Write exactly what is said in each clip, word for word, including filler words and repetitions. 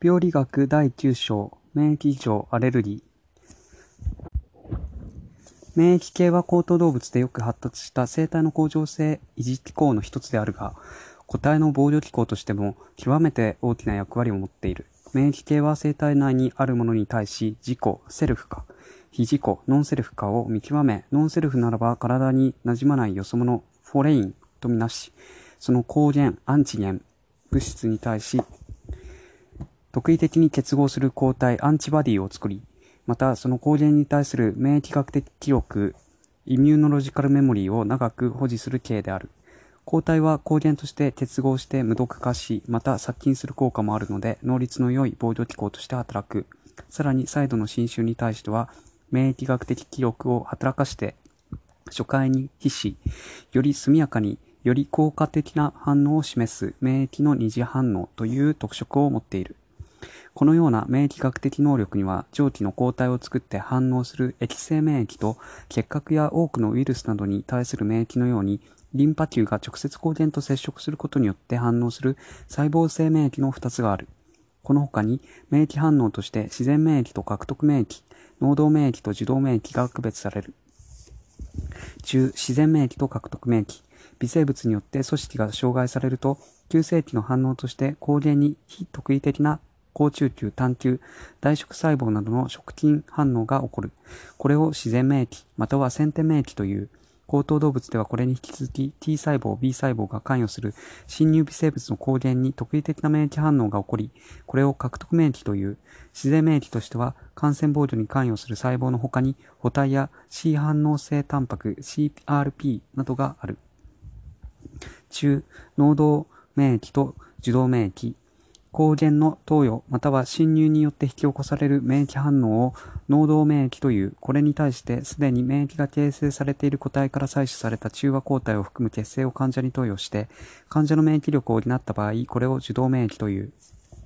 病理学だいきゅう章、免疫異常アレルギー。免疫系は高等動物でよく発達した生体の恒常性維持機構の一つであるが、個体の防御機構としても極めて大きな役割を持っている。免疫系は生体内にあるものに対し自己、セルフか、非自己、ノンセルフかを見極め、ノンセルフならば体に馴染まないよそ者、フォレインとみなし、その抗原、アンチゲン、物質に対し、特異的に結合する抗体、アンチバディを作り、またその抗原に対する免疫学的記憶、イミューノロジカルメモリーを長く保持する系である。抗体は抗原として結合して無毒化し、また殺菌する効果もあるので、能率の良い防御機構として働く。さらに再度の侵襲に対しては、免疫学的記憶を働かして、初回に比し、より速やかに、より効果的な反応を示す免疫の二次反応という特色を持っている。このような免疫学的能力には、上記の抗体を作って反応する液性免疫と、結核や多くのウイルスなどに対する免疫のように、リンパ球が直接抗原と接触することによって反応する細胞性免疫のふたつがある。この他に、免疫反応として自然免疫と獲得免疫、能動免疫と受動免疫が区別される。中、自然免疫と獲得免疫。微生物によって組織が障害されると、急性期の反応として抗原に非特異的な高中球、単球、大食細胞などの食菌反応が起こる。これを自然免疫、または先天免疫という。高等動物ではこれに引き続き T 細胞、B 細胞が関与する侵入微生物の抗原に特異的な免疫反応が起こり、これを獲得免疫という。自然免疫としては感染防御に関与する細胞の他に補体や C 反応性タンパク、シーアールピー などがある。中、能動免疫と受動免疫。抗原の投与または侵入によって引き起こされる免疫反応を能動免疫という。これに対してすでに免疫が形成されている個体から採取された中和抗体を含む血清を患者に投与して、患者の免疫力を補った場合、これを受動免疫という。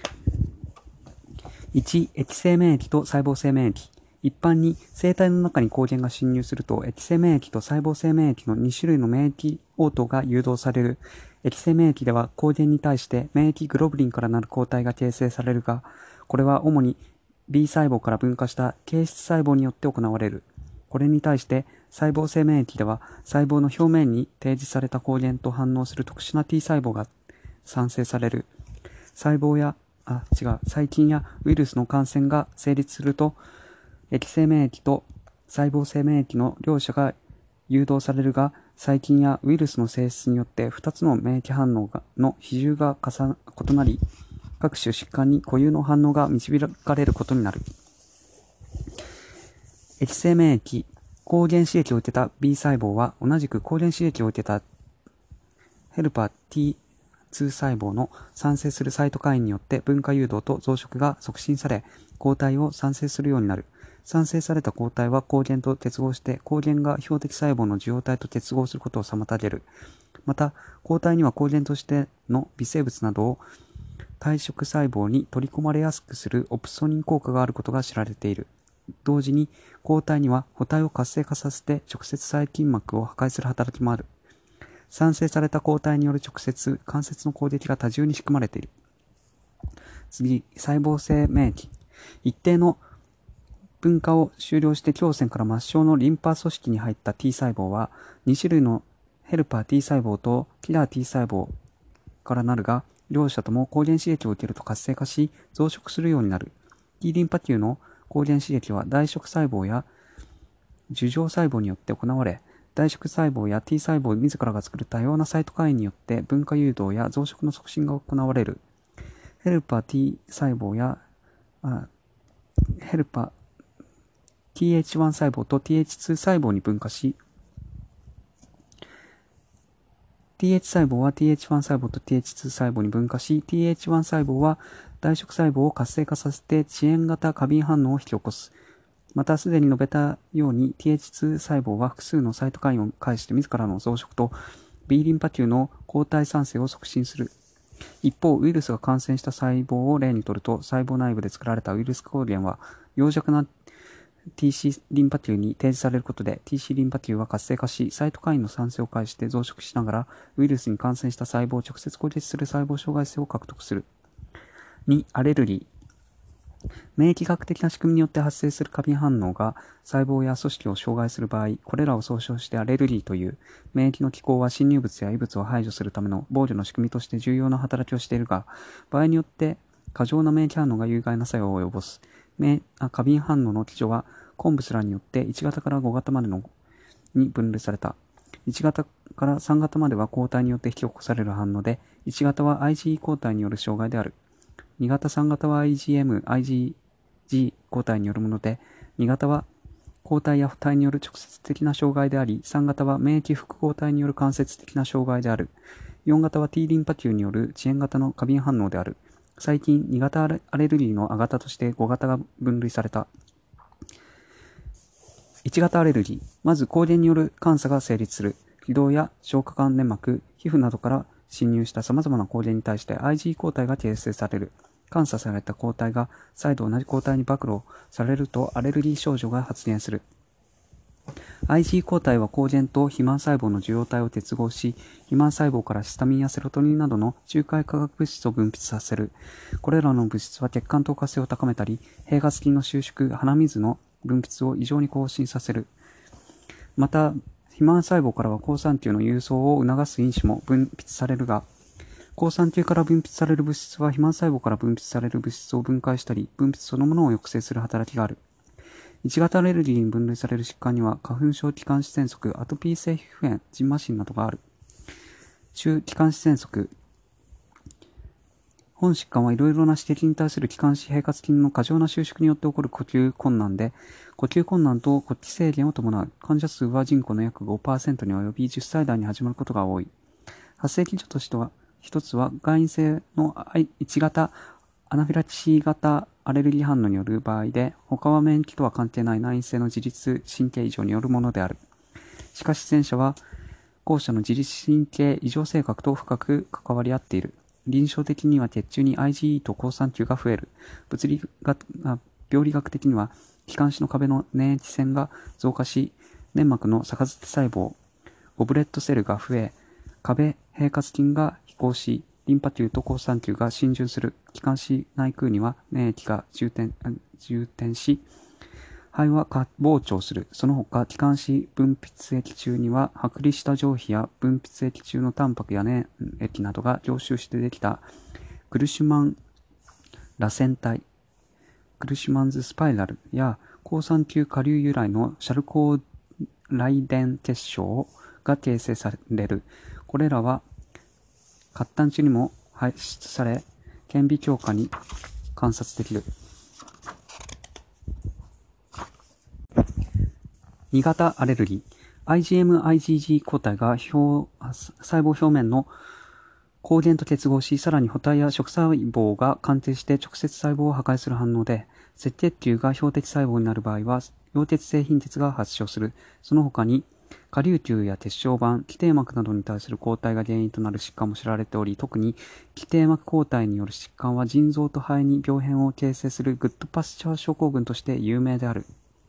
いち、液性免疫と細胞性免疫。一般に生体の中に抗原が侵入すると、液性免疫と細胞性免疫のに種類の免疫応答が誘導される。液性免疫では抗原に対して免疫グロブリンからなる抗体が形成されるが、これは主に B 細胞から分化した形質細胞によって行われる。これに対して細胞性免疫では細胞の表面に提示された抗原と反応する特殊な T 細胞が産生される。細胞や、あ、違う、細菌やウイルスの感染が成立すると、液性免疫と細胞性免疫の両者が誘導されるが、細菌やウイルスの性質によってふたつの免疫反応の比重が異なり、各種疾患に固有の反応が導かれることになる。液性免疫、抗原刺激を受けた B 細胞は同じく抗原刺激を受けたヘルパー ティーツー 細胞の産生するサイトカインによって分化誘導と増殖が促進され、抗体を産生するようになる。産生された抗体は抗原と結合して抗原が標的細胞の受容体と結合することを妨げる。また、抗体には抗原としての微生物などを体色細胞に取り込まれやすくするオプソニン効果があることが知られている。同時に、抗体には補体を活性化させて直接細菌膜を破壊する働きもある。産生された抗体による直接関節の攻撃が多重に仕組まれている。次、細胞性免疫。一定の分化を終了して胸腺から末梢のリンパ組織に入った T 細胞はに種類のヘルパー T 細胞とキラー T 細胞からなるが、両者とも抗原刺激を受けると活性化し増殖するようになる。T リンパ球の抗原刺激は大食細胞や樹状細胞によって行われ、大食細胞や T 細胞自らが作る多様なサイトカインによって分化誘導や増殖の促進が行われる。ヘルパー T 細胞やあヘルパー ティーエイチワン 細胞と ティーエイチツー 細胞に分化し、ティーエイチ 細胞は ティーエイチワン 細胞と ティーエイチツー 細胞に分化し、ティーエイチワン 細胞は大食細胞を活性化させて遅延型過敏反応を引き起こす。また、すでに述べたように ティーエイチツー 細胞は複数のサイトカインを介して自らの増殖と B リンパ球の抗体産生を促進する。一方、ウイルスが感染した細胞を例にとると、細胞内部で作られたウイルス抗原は陽弱なティーシー リンパ球に提示されることで ティーシー リンパ球は活性化し、サイトカインの産生を介して増殖しながらウイルスに感染した細胞を直接攻撃する細胞障害性を獲得する。に、アレルギー。 免疫学的な仕組みによって発生する過敏反応が細胞や組織を障害する場合、これらを総称してアレルギーという。免疫の機構は侵入物や異物を排除するための防御の仕組みとして重要な働きをしているが、場合によって過剰な免疫反応が有害な作用を及ぼす。過敏反応の基準はコンブスらによっていち型からご型までのに分類された。いち型からさん型までは抗体によって引き起こされる反応で、いち型は アイジーイー 抗体による障害である。に型、さん型は アイジーエム、アイジージー 抗体によるもので、に型は抗体や付体による直接的な障害であり、さん型は免疫複合体による間接的な障害である。よん型は T リンパ球による遅延型の過敏反応である。最近、に型アレルギーの亜型としてご型が分類された。いち型アレルギー。まず、抗原による監査が成立する。気道や消化管粘膜、皮膚などから侵入した様々な抗原に対して アイジー 抗体が形成される。監査された抗体が再度同じ抗体に暴露されるとアレルギー症状が発現する。アイジー 抗体は抗原と肥満細胞の受容体を結合し、肥満細胞からヒスタミンやセロトニンなどの仲介化学物質を分泌させる。これらの物質は血管透過性を高めたり、平滑筋の収縮、鼻水の分泌を異常に更新させる。また、肥満細胞からは好酸球の輸送を促す因子も分泌されるが、好酸球から分泌される物質は肥満細胞から分泌される物質を分解したり、分泌そのものを抑制する働きがある。いち型アレルギーに分類される疾患には、花粉症、気管支喘息、アトピー性皮膚炎、ジンマシンなどがある。中気管支喘息。本疾患はいろいろな指摘に対する気管支平滑筋の過剰な収縮によって起こる呼吸困難で、呼吸困難と呼気制限を伴う。患者数は人口の約 ごパーセント に及び、じゅっさい代に始まることが多い。発生基準としては、一つは外因性のいち型アナフィラキシー型アレルギー反応による場合で、他は免疫とは関係ない内因性の自律神経異常によるものである。しかし前者は後者の自律神経異常性格と深く関わり合っている。臨床的には血中に アイジーイー と好酸球が増える。物理学、病理学的には気管支の壁の粘液腺が増加し、粘膜の逆捨て細胞、ゴブレットセルが増え、壁平滑筋が飛行し、リンパ球と好酸球が浸潤する。気管支内腔には粘液が充填、充填し、肺は過膨張する。その他、気管支分泌液中には、剥離した上皮や分泌液中のタンパクや粘液などが凝集してできたクルシュマン螺旋体、クルシュマンズスパイラルや好酸球下流由来のシャルコーライデン結晶が形成される。これらは活胆中にも排出され、顕微鏡下に観察できる。に型アレルギー。アイジーエム、アイジージー 抗体が表細胞表面の抗原と結合し、さらに補体や食細胞が関係して直接細胞を破壊する反応で、赤血球が標的細胞になる場合は、溶鉄性貧血が発症する。その他に、下流球や鉄小板、基底膜などに対する抗体が原因となる疾患も知られており、特に基底膜抗体による疾患は腎臓と肺に病変を形成するグッドパスチャー症候群として有名である。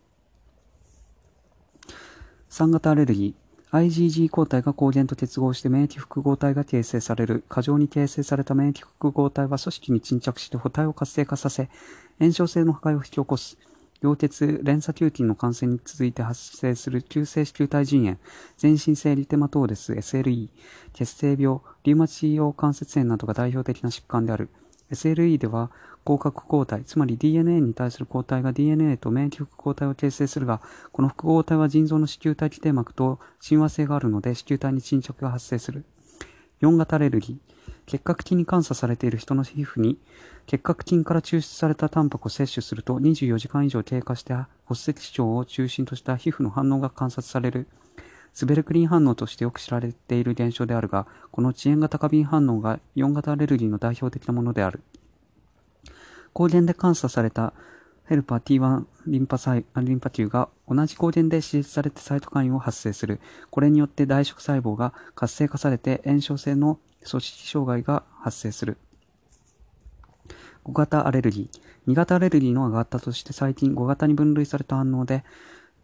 さん型アレルギー。アイジージー 抗体が抗原と結合して免疫複合体が形成される。過剰に形成された免疫複合体は組織に沈着して補体を活性化させ、炎症性の破壊を引き起こす。溶鉄、連鎖球菌の感染に続いて発生する急性子宮体腎炎、全身性リテマトーレス エスエルイー、血清病、リウマチ用関節炎などが代表的な疾患である。エスエルイー では、合格抗体、つまり ディーエヌエー に対する抗体が ディーエヌエー と免疫複合体を形成するが、この複合体は腎臓の子宮体基底膜と親和性があるので、子宮体に沈着が発生する。よん型アレルギー。結核菌に感作されている人の皮膚に、結核菌から抽出されたタンパクを摂取するとにじゅうよじかん以上経過して骨赤症を中心とした皮膚の反応が観察される。スベルクリン反応としてよく知られている現象であるが、この遅延型過敏反応がよん型アレルギーの代表的なものである。抗原で監査されたヘルパー ティーワン リンパ細リンパ球が同じ抗原で刺激されてサイトカインを発生する。これによって大食細胞が活性化されて炎症性の組織障害が発生する。ご型アレルギー。に型アレルギーの上がったとして最近ご型に分類された反応で、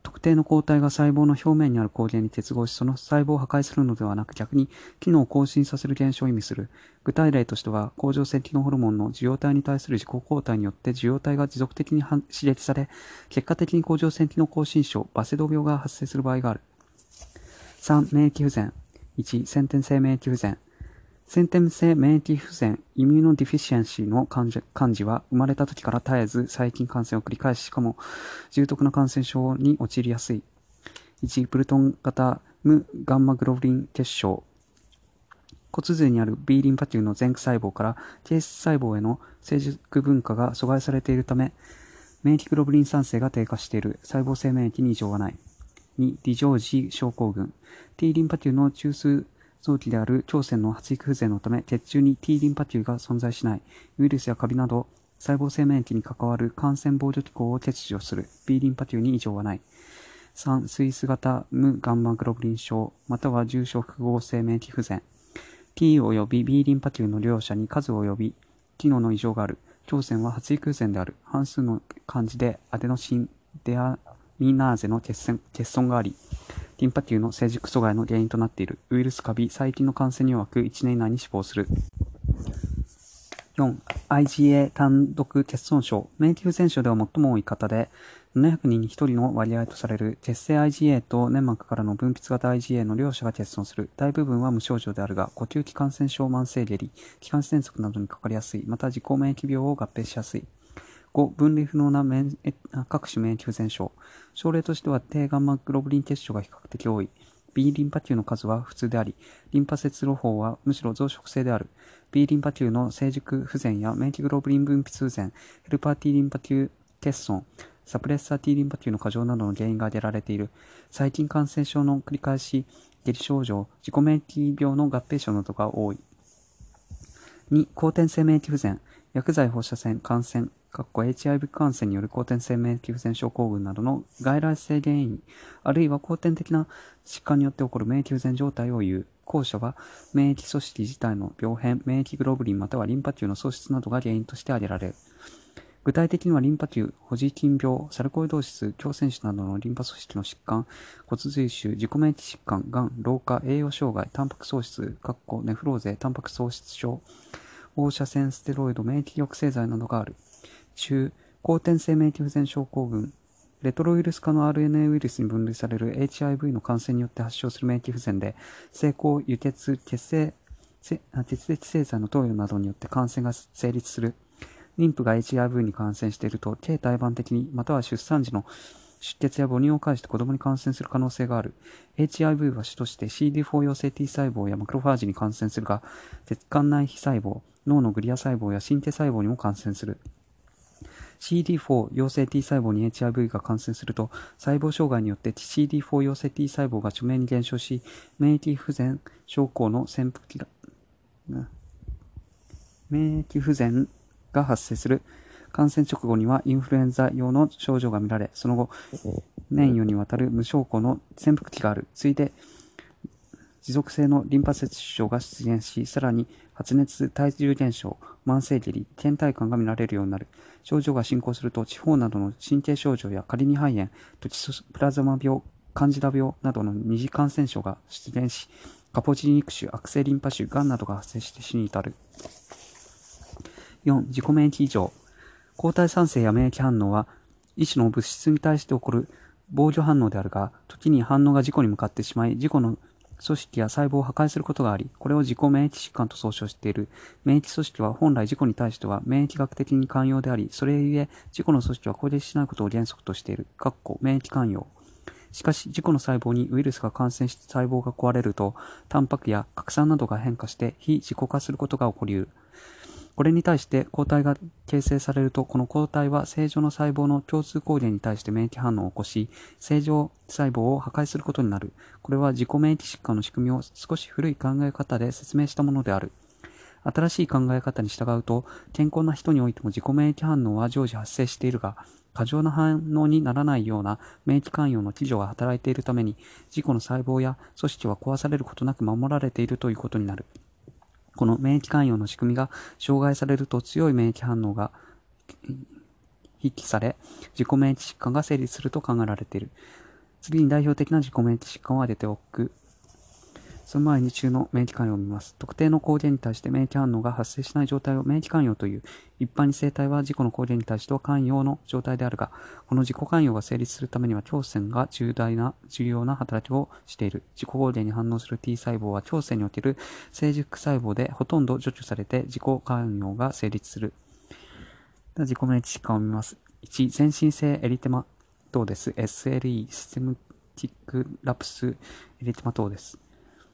特定の抗体が細胞の表面にある抗原に結合し、その細胞を破壊するのではなく、逆に機能を更新させる現象を意味する。具体例としては、甲状腺機能ホルモンの受容体に対する自己抗体によって受容体が持続的に刺激され、結果的に甲状腺機能亢進症、バセドウ病が発生する場合がある。さん、免疫不全。いち、先天性免疫不全。先天性免疫不全、イミューノディフィシエンシーの患児は生まれた時から絶えず細菌感染を繰り返し、しかも重篤な感染症に陥りやすい。いち、プルトン型無ガンマグロブリン結晶。骨髄にある B リンパ球の前駆細胞から形質細胞への成熟分化が阻害されているため、免疫グロブリン産生が低下している。細胞性免疫に異常はない。に、ディジョージ症候群。T リンパ球の中枢臓器である腸腺の発育不全のため、血中に T リンパ球が存在しない。ウイルスやカビなど細胞性免疫に関わる感染防除機構を欠如する。B リンパ球に異常はない。さん、スイス型無ガンマグロブリン症、または重症複合性免疫不全。T および B リンパ球の両者に数および機能の異常がある。腸腺は発育不全である。半数の患児でアデノシンデアミナーゼの欠損があり、リンパ球の成熟阻害の原因となっている。ウイルス、カビ、細菌の感染に弱くいちねん以内に死亡する。よん、アイジーエー 単独欠損症。免疫不全症では最も多い方で、ななひゃくにんにひとりの割合とされる。血清 アイジーエー と粘膜からの分泌型 アイジーエー の両者が欠損する。大部分は無症状であるが、呼吸器感染症、慢性下痢、気管支喘息などにかかりやすい。また自己免疫病を合併しやすい。ご、分離不能な免各種免疫不全症。症例としては低ガンマグロブリン結晶が比較的多い。B リンパ球の数は普通であり、リンパ節露胞はむしろ増殖性である。B リンパ球の成熟不全や免疫グロブリン分泌不全、ヘルパー T リンパ球欠損、サプレッサー T リンパ球の過剰などの原因が挙げられている。細菌感染症の繰り返し、下痢症状、自己免疫病の合併症などが多い。に、後天性免疫不全、薬剤放射線感染、エイチアイブイ 感染による後天性免疫不全症候群などの外来性原因、あるいは後天的な疾患によって起こる免疫不全状態を言う。後者は免疫組織自体の病変、免疫グロブリンまたはリンパ球の喪失などが原因として挙げられる。具体的にはリンパ球、ホジキン病、サルコイドーシス、強腺腫などのリンパ組織の疾患、骨髄腫、自己免疫疾患、がん、老化、栄養障害、タンパク喪失、ネフローゼ、タンパク喪失症、放射線ステロイド、免疫抑制剤などがある。中、後天性免疫不全症候群。レトロウイルス化の アールエヌエー ウイルスに分類される エイチアイブイ の感染によって発症する免疫不全で、性交、輸血、血清、血液製剤の投与などによって感染が成立する。妊婦が エイチアイブイ に感染していると、経体盤的に、または出産時の出血や母乳を介して子供に感染する可能性がある。エイチアイブイ は主として シーディーフォー 陽性 T 細胞やマクロファージに感染するが、血管内皮細胞、脳のグリア細胞や神経細胞にも感染する。シーディーフォー 陽性 T 細胞に エイチアイブイ が感染すると、細胞障害によって シーディーフォー 陽性 T 細胞が著名に減少し、免疫不全症候の潜伏期が、免疫不全が発生する。感染直後にはインフルエンザ用の症状が見られ、その後、年余にわたる無症候の潜伏期がある。ついで、持続性のリンパ節症が出現し、さらに発熱、体重減少、慢性下痢、倦怠感が見られるようになる。症状が進行すると、地方などの神経症状やカリニ肺炎、トキソプラズマ病、カンジダ病などの二次感染症が出現し、カポジ肉腫、悪性リンパ腫、がんなどが発生して死に至る。よん、自己免疫異常。抗体産生や免疫反応は、一種の物質に対して起こる防御反応であるが、時に反応が自己に向かってしまい、自己の組織や細胞を破壊することがあり、これを自己免疫疾患と総称している。免疫組織は本来自己に対しては免疫学的に寛容であり、それゆえ自己の組織は攻撃しないことを原則としている。免疫寛容。しかし、自己の細胞にウイルスが感染して細胞が壊れると、タンパクや核酸などが変化して非自己化することが起こり得る。これに対して抗体が形成されると、この抗体は正常の細胞の共通抗原に対して免疫反応を起こし、正常細胞を破壊することになる。これは自己免疫疾患の仕組みを少し古い考え方で説明したものである。新しい考え方に従うと、健康な人においても自己免疫反応は常時発生しているが、過剰な反応にならないような免疫寛容の基準が働いているために、自己の細胞や組織は壊されることなく守られているということになる。この免疫寛容の仕組みが障害されると強い免疫反応が引起され、自己免疫疾患が成立すると考えられている。 次に代表的な自己免疫疾患を挙げておく。その前に中の免疫関与を見ます。特定の抗原に対して免疫反応が発生しない状態を免疫関与という。一般に生体は自己の抗原に対しては関与の状態であるが、この自己関与が成立するためには胸腺が重大な、重要な働きをしている。自己抗原に反応する T 細胞は胸腺における成熟細胞でほとんど除去されて自己関与が成立する。自己免疫疾患を見ます。いち、全身性エリテマトーデス エスエルイ システムティックラプスエリテマトーデス。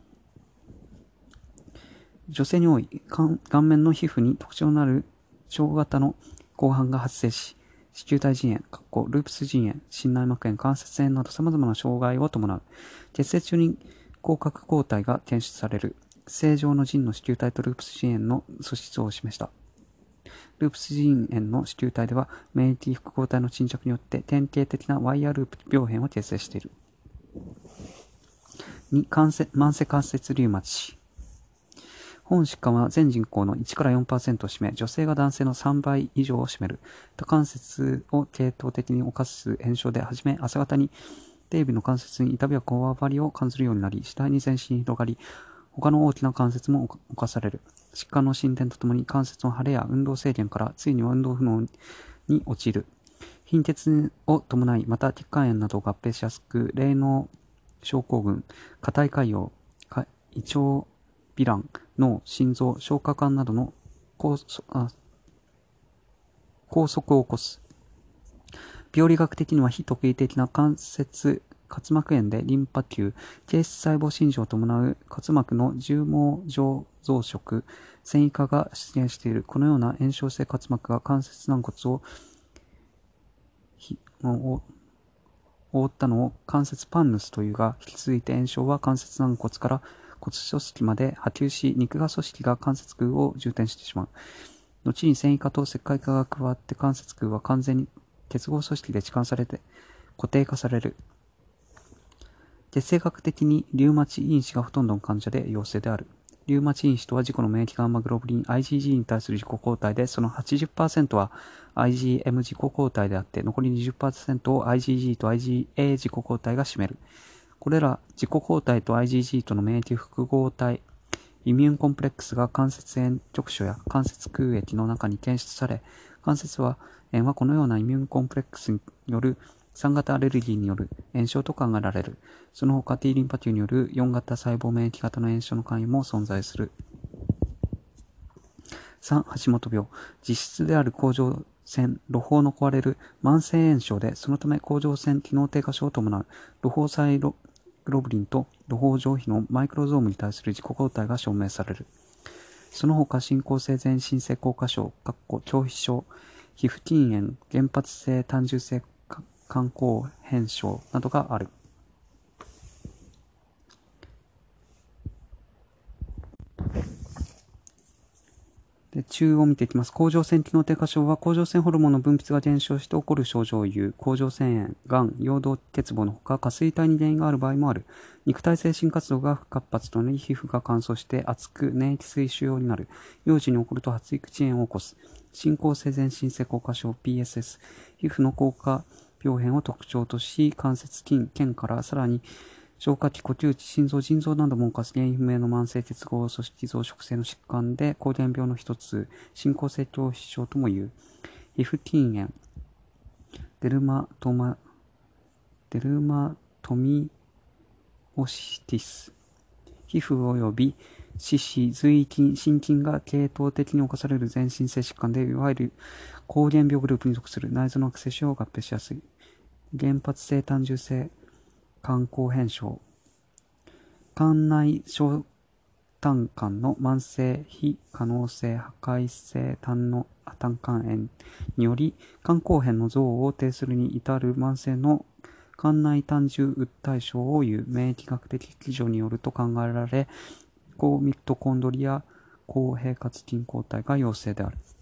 女性に多い顔面の皮膚に特徴のある小型の広範が発生し、子宮体腎炎、ループス腎炎、心内膜炎、関節炎など様々な障害を伴う。血清中に広角抗体が検出される。正常の腎の子宮体とループス腎炎の素質を示した。ループス腎炎の子宮体では免疫複合体の沈着によって典型的なワイヤーループ病変を形成している。に、慢性関節リウマチ。本疾患は全人口のいちからよんパーセントを占め、女性が男性のさんばい以上を占める。多関節を系統的に侵す炎症で、はじめ朝方に手指の関節に痛みやこわばりを感じるようになり、次第に全身に広がり、他の大きな関節も侵される。疾患の進展とともに関節の腫れや運動制限から、ついには運動不能に陥る。貧血を伴い、また血管炎などを合併しやすく、霊脳症候群、下体潰瘍、胃腸糜爛、脳、心臓、消化管などの拘束を起こす。病理学的には非特異的な関節滑膜炎でリンパ球、形質細胞浸潤を伴う滑膜の重毛状増殖、線維化が出現している。このような炎症性滑膜が関節軟骨を覆ったのを関節パンヌスというが、引き続いて炎症は関節軟骨から骨組織まで波及し、肉芽組織が関節腔を充填してしまう。後に線維化と石灰化が加わって関節腔は完全に結合組織で置換されて固定化される。血清学的にリウマチ因子がほとんどの患者で陽性である。リウマチ因子とは自己の免疫ガンマグロブリン アイジージー に対する自己抗体で、その はちじゅっパーセント は アイジーエム 自己抗体であって、残り にじゅっパーセント を アイジージー と アイジーエー 自己抗体が占める。これら自己抗体と アイジージー との免疫複合体、イミューンコンプレックスが関節炎局所や関節空液の中に検出され、関節炎はこのようなイミューンコンプレックスによるさん型アレルギーによる炎症と考えられる。その他 T リンパ球によるよん型細胞免疫型の炎症の関与も存在する。さん、橋本病。実質である甲状腺、露胞の壊れる慢性炎症で、そのため甲状腺機能低下症を伴う露胞細グロブリンと露胞上皮のマイクロゾームに対する自己抗体が証明される。その他進行性全身性硬化症、腸皮症、皮膚筋炎、原発性単純性肝硬変症などがある。で、中を見ていきます。甲状腺機能低下症は甲状腺ホルモンの分泌が減少して起こる症状を言う。甲状腺炎、がん、陽動欠乏のほか、下垂体に原因がある場合もある。肉体性新活動が不活発となり、皮膚が乾燥して厚く粘液性腫瘍になる。幼児に起こると発育遅延を起こす。進行性全身性硬化症 ピーエスエス。皮膚の硬化病変を特徴とし、関節筋、腱からさらに消化器、呼吸器、心臓、腎臓なども侵す原因不明の慢性結合組織増殖性の疾患で、膠原病の一つ、進行性腸皮症とも言う。皮膚筋炎、デルマトマ、デルマトミオシティス。皮膚及び四肢、髄筋、心筋が系統的に侵される全身性疾患で、いわゆる膠原病グループに属する内臓の悪性腫瘍を合併しやすい。原発性単純性肝硬変症、肝内小胆管の慢性非可能性破壊性胆の胆管炎により肝硬変の像を呈するに至る慢性の肝内胆汁鬱体症をいう免疫学的基準によると考えられ、高ミトコンドリア高平滑筋抗体が陽性である。